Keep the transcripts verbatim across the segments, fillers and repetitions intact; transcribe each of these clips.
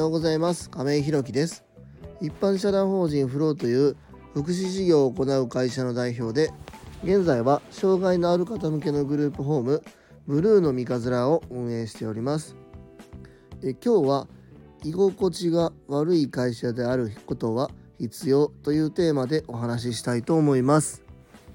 ようございます。亀井ひろきです。一般社団法人フローという福祉事業を行う会社の代表で、現在は障害のある方向けのグループホームブルーの三日面を運営しております。え今日は居心地が悪い会社であることは必要というテーマでお話ししたいと思います。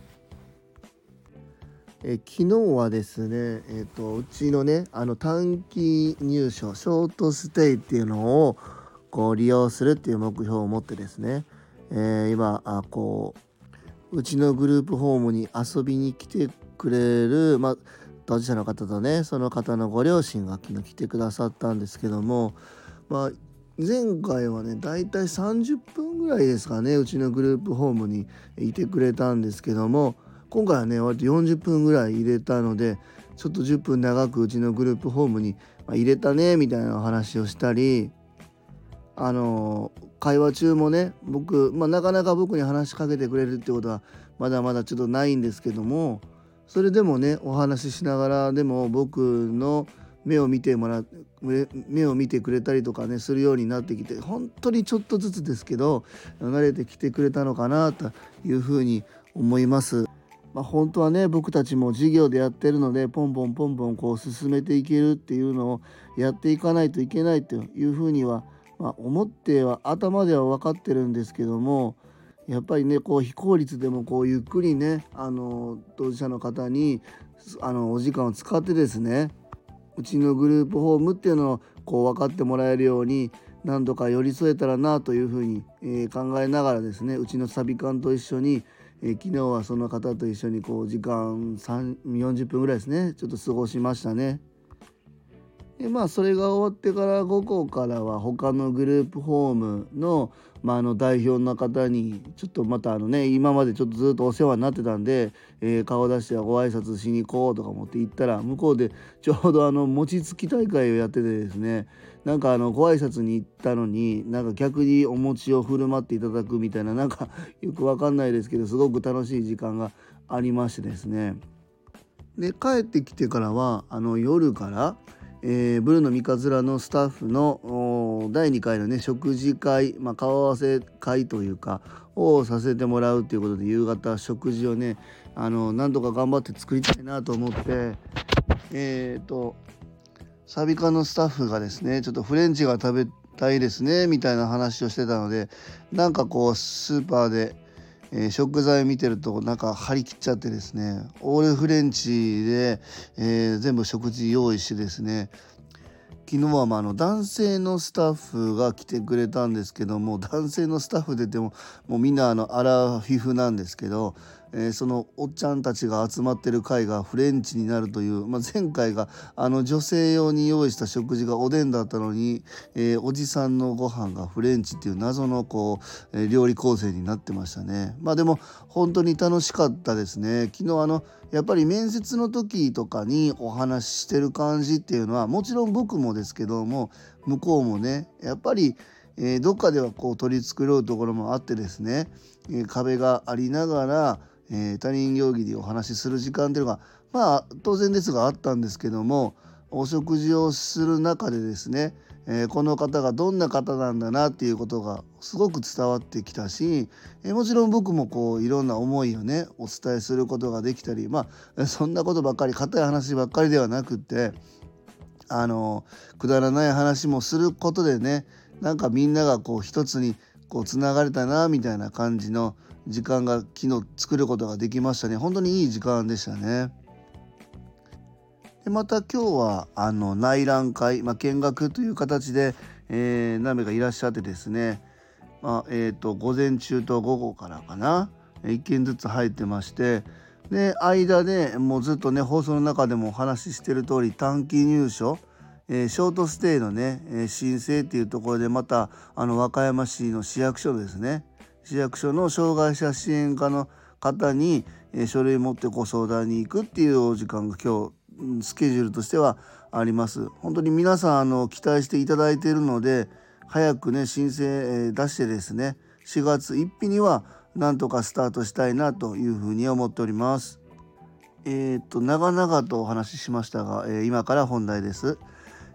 え昨日はですね、えー、とうちのねあの短期入所ショートステイっていうのをこう利用するっていう目標を持ってですね、えー今あこううちのグループホームに遊びに来てくれる、まあ、当事者の方とねその方のご両親が昨日来てくださったんですけども、まあ、前回はねだいたいさんじゅっぷんぐらいですかね、うちのグループホームにいてくれたんですけども、今回はね割とよんじゅっぷんぐらい入れたので、ちょっとじゅっぷん長くうちのグループホームに入れたねみたいなお話をしたり、あの会話中もね僕、まあ、なかなか僕に話しかけてくれるってことはまだまだちょっとないんですけども、それでもねお話ししながらでも僕の目を見てもらう目目を見てくれたりとかねするようになってきて、本当にちょっとずつですけど慣れてきてくれたのかなというふうに思います。まあ、本当はね僕たちも事業でやってるのでポンポンポンポンこう進めていけるっていうのをやっていかないといけないというふうには、まあ、思っては頭では分かってるんですけども、やっぱりねこう非効率でもこうゆっくりねあの当事者の方にあのお時間を使ってですね、うちのグループホームっていうのをこう分かってもらえるように何度か寄り添えたらなというふうに、えー考えながらですね、うちのサビ館と一緒に、えー昨日はその方と一緒にこう時間さんよんじゅっぷんぐらいですねちょっと過ごしましたね。でまあそれが終わってから午後からは他のグループホームの、まあ、あの代表の方にちょっとまたあのね今までちょっとずっとお世話になってたんで、えー顔出してご挨拶しに行こうとか思って行ったら、向こうでちょうどあの餅つき大会をやっててですね、なんかあのご挨拶に行ったのになんか逆にお餅を振る舞っていただくみたいな、なんかよくわかんないですけどすごく楽しい時間がありましてですね。で帰ってきてからはあの夜から、えーブルーの三日面のスタッフのおだいにかいのね食事会、まあ、顔合わせ会というかをさせてもらうということで、夕方食事をねあのなんとか頑張って作りたいなと思って、えーとサビ館のスタッフがですねちょっとフレンチが食べたいですねみたいな話をしてたので、なんかこうスーパーでえー食材見てるとなんか張り切っちゃってですね、オールフレンチで、えー全部食事用意してですね、昨日はまああの男性のスタッフが来てくれたんですけども、男性のスタッフででももうみんなあのアラフィフなんですけど、えーそのおっちゃんたちが集まってる会がフレンチになるという、まあ、前回があの女性用に用意した食事がおでんだったのに、えーおじさんのご飯がフレンチっていう謎のこう、えー料理構成になってましたね。まあでも本当に楽しかったですね。昨日あのやっぱり面接の時とかにお話ししてる感じっていうのはもちろん僕もですけども、向こうもねやっぱり、えーどっかではこう取り繕うところもあってですね、えー壁がありながら、えー他人行儀でお話しする時間っていうのがまあ当然ですがあったんですけども、お食事をする中でですね、えーこの方がどんな方なんだなっていうことがすごく伝わってきたし、えーもちろん僕もこういろんな思いをねお伝えすることができたり、まあそんなことばっかり硬い話ばっかりではなくって、あのくだらない話もすることでね、なんかみんながこう一つにこうつながれたなみたいな感じの時間が昨日作ることができましたね。本当にいい時間でしたね。でまた今日はあの内覧会、まあ、見学という形で、えー何名かいらっしゃってですね、まあえー、と午前中と午後からかな、いっけんずつ入ってまして、で間でもうずっとね放送の中でもお話ししてる通り短期入所、えーショートステイのね、えー申請っていうところでまたあの和歌山市の市役所ですね、市役所の障害者支援課の方に、えー書類持ってご相談に行くっていうお時間が今日うんスケジュールとしてはあります。本当に皆さんあの期待していただいているので、早くね申請、えー出してですねしがつついたちにはなんとかスタートしたいなというふうに思っております。えー、っと長々とお話ししましたが、えー今から本題です。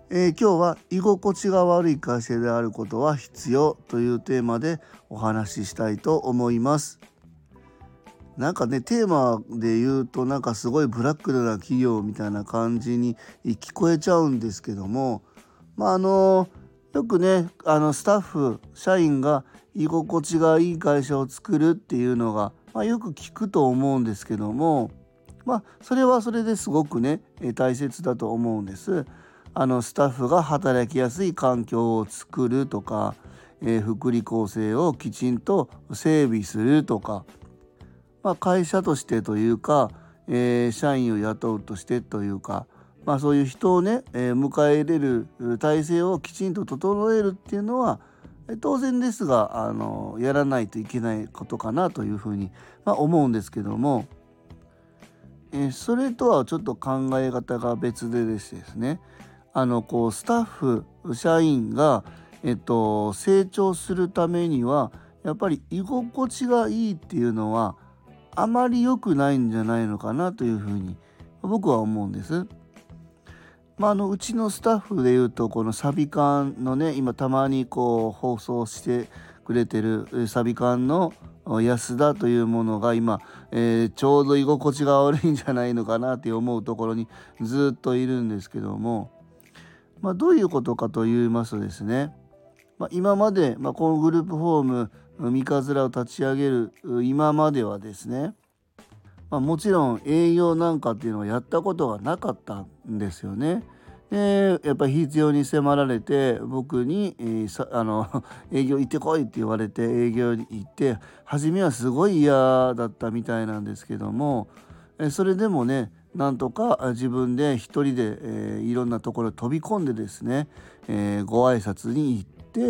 えー今日は居心地が悪い会社であることは必要というテーマでお話ししたいと思います。なんかね、テーマで言うとなんかすごいブラックな企業みたいな感じに聞こえちゃうんですけども、まああのよくね、あのスタッフ社員が居心地がいい会社を作るっていうのが、まあ、よく聞くと思うんですけども、まあそれはそれですごくねえー大切だと思うんです。あのスタッフが働きやすい環境を作るとか、えー福利厚生をきちんと整備するとか、まあ、会社としてというか、えー社員を雇うとしてというか、まあ、そういう人をね、えー迎え入れる体制をきちんと整えるっていうのはえー当然ですが、あのやらないといけないことかなというふうに、まあ、思うんですけども、えーそれとはちょっと考え方が別でですね、あのこうスタッフ社員が、えっと、成長するためにはやっぱり居心地がいいっていうのはあまり良くないんじゃないのかなというふうに僕は思うんです。まあ、あのうちのスタッフでいうとこのサビ館のね、今たまにこう放送してくれてるえサビ館の安田というものが今、えーちょうど居心地が悪いんじゃないのかなって思うところにずっといるんですけども、まあ、どういうことかと言いますとですね、まあ、今まで、まあ、このグループホーム三日面を立ち上げる今まではですね、まあ、もちろん営業なんかっていうのをやったことがなかったんですよね。でやっぱり必要に迫られて僕に、えーさあの営業行ってこいって言われて営業に行って、初めはすごい嫌だったみたいなんですけども、えそれでもねなんとかあ自分で一人で、えーいろんなところ飛び込んでですね、えーご挨拶に行って、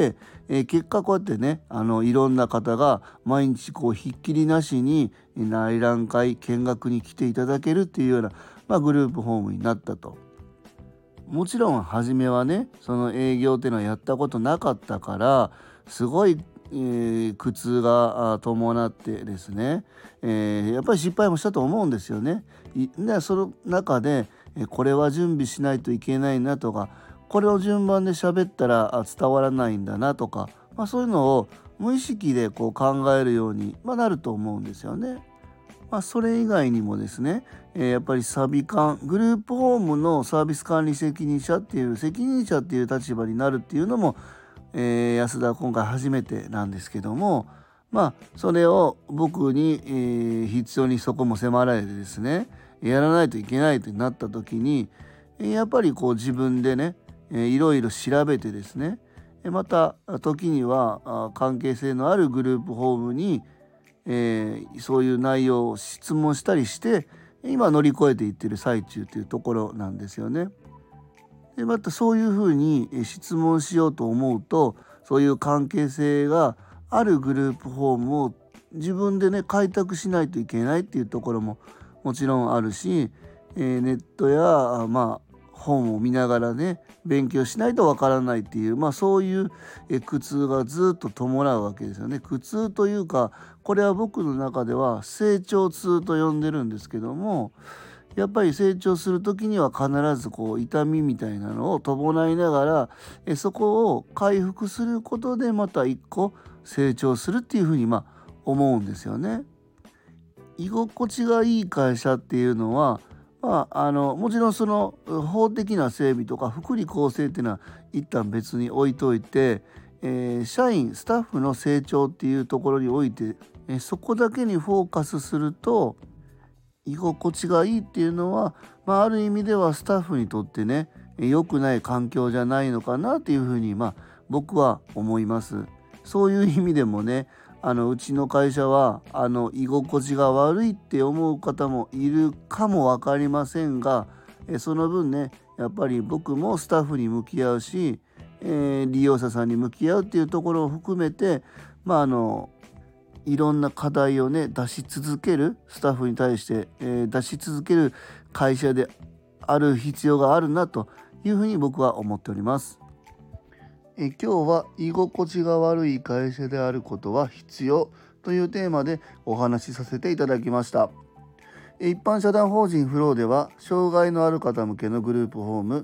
えー結果こうやってね、あのいろんな方が毎日こうひっきりなしに内覧会見学に来ていただけるっていうような、まあ、グループホームになったと。もちろん初めはねその営業っていうのはやったことなかったからすごい、えー苦痛があ伴ってですね、えーやっぱり失敗もしたと思うんですよね。いでその中で、えーこれは準備しないといけないなとか、これを順番で喋ったらあ伝わらないんだなとか、まあ、そういうのを無意識でこう考えるように、まあ、なると思うんですよね。まあ、それ以外にもですね、えーやっぱりサビ管グループホームのサービス管理責任者っていう責任者っていう立場になるっていうのも、えー安田は今回初めてなんですけども、まあそれを僕に、えー必要にそこも迫られてですね、やらないといけないってなった時に、えーやっぱりこう自分でね、えーいろいろ調べてですね、えーまた時にはあ関係性のあるグループホームにえーそういう内容を質問したりして今乗り越えていってる最中というところなんですよね。でまたそういうふうにえー質問しようと思うと、そういう関係性があるグループホームを自分でね開拓しないといけないっていうところももちろんあるし、えーネットやあまあ本を見ながらね勉強しないとわからないっていう、まあそういうえ苦痛がずっと伴うわけですよね。苦痛というか、これは僕の中では成長痛と呼んでるんですけども、やっぱり成長する時には必ずこう痛みみたいなのを伴いながら、えそこを回復することでまた一個成長するっていうふうにまあ思うんですよね。居心地がいい会社っていうのは、まあ、あのもちろんその法的な整備とか福利厚生っていうのは一旦別に置いといて、えー社員スタッフの成長っていうところにおいて、えーそこだけにフォーカスすると居心地がいいっていうのは、まあ、ある意味ではスタッフにとってね良くない環境じゃないのかなっていうふうに、まあ、僕は思います。そういう意味でもね、あのうちの会社はあの居心地が悪いって思う方もいるかも分かりませんが、えその分ねやっぱり僕もスタッフに向き合うし、えー利用者さんに向き合うっていうところを含めて、まああのいろんな課題をね出し続けるスタッフに対して、えー出し続ける会社である必要があるなというふうに僕は思っております。え今日は居心地が悪い会社であることは必要というテーマでお話しさせていただきました。え一般社団法人フローでは障害のある方向けのグループホーム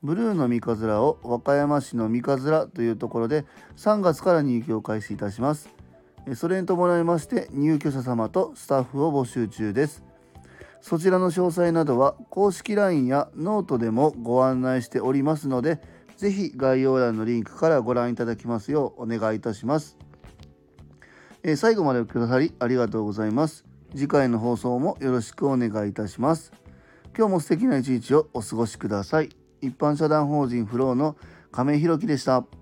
ブルーの三日面を和歌山市の三日面というところでさんがつから入居を開始いたします。それに伴いまして入居者様とスタッフを募集中です。そちらの詳細などは公式 ライン やノートでもご案内しておりますので、ぜひ概要欄のリンクからご覧いただきますようお願いいたします。えー、最後までお聞きくださりありがとうございます。次回の放送もよろしくお願いいたします。今日も素敵な一日をお過ごしください。一般社団法人フローの亀井宏樹でした。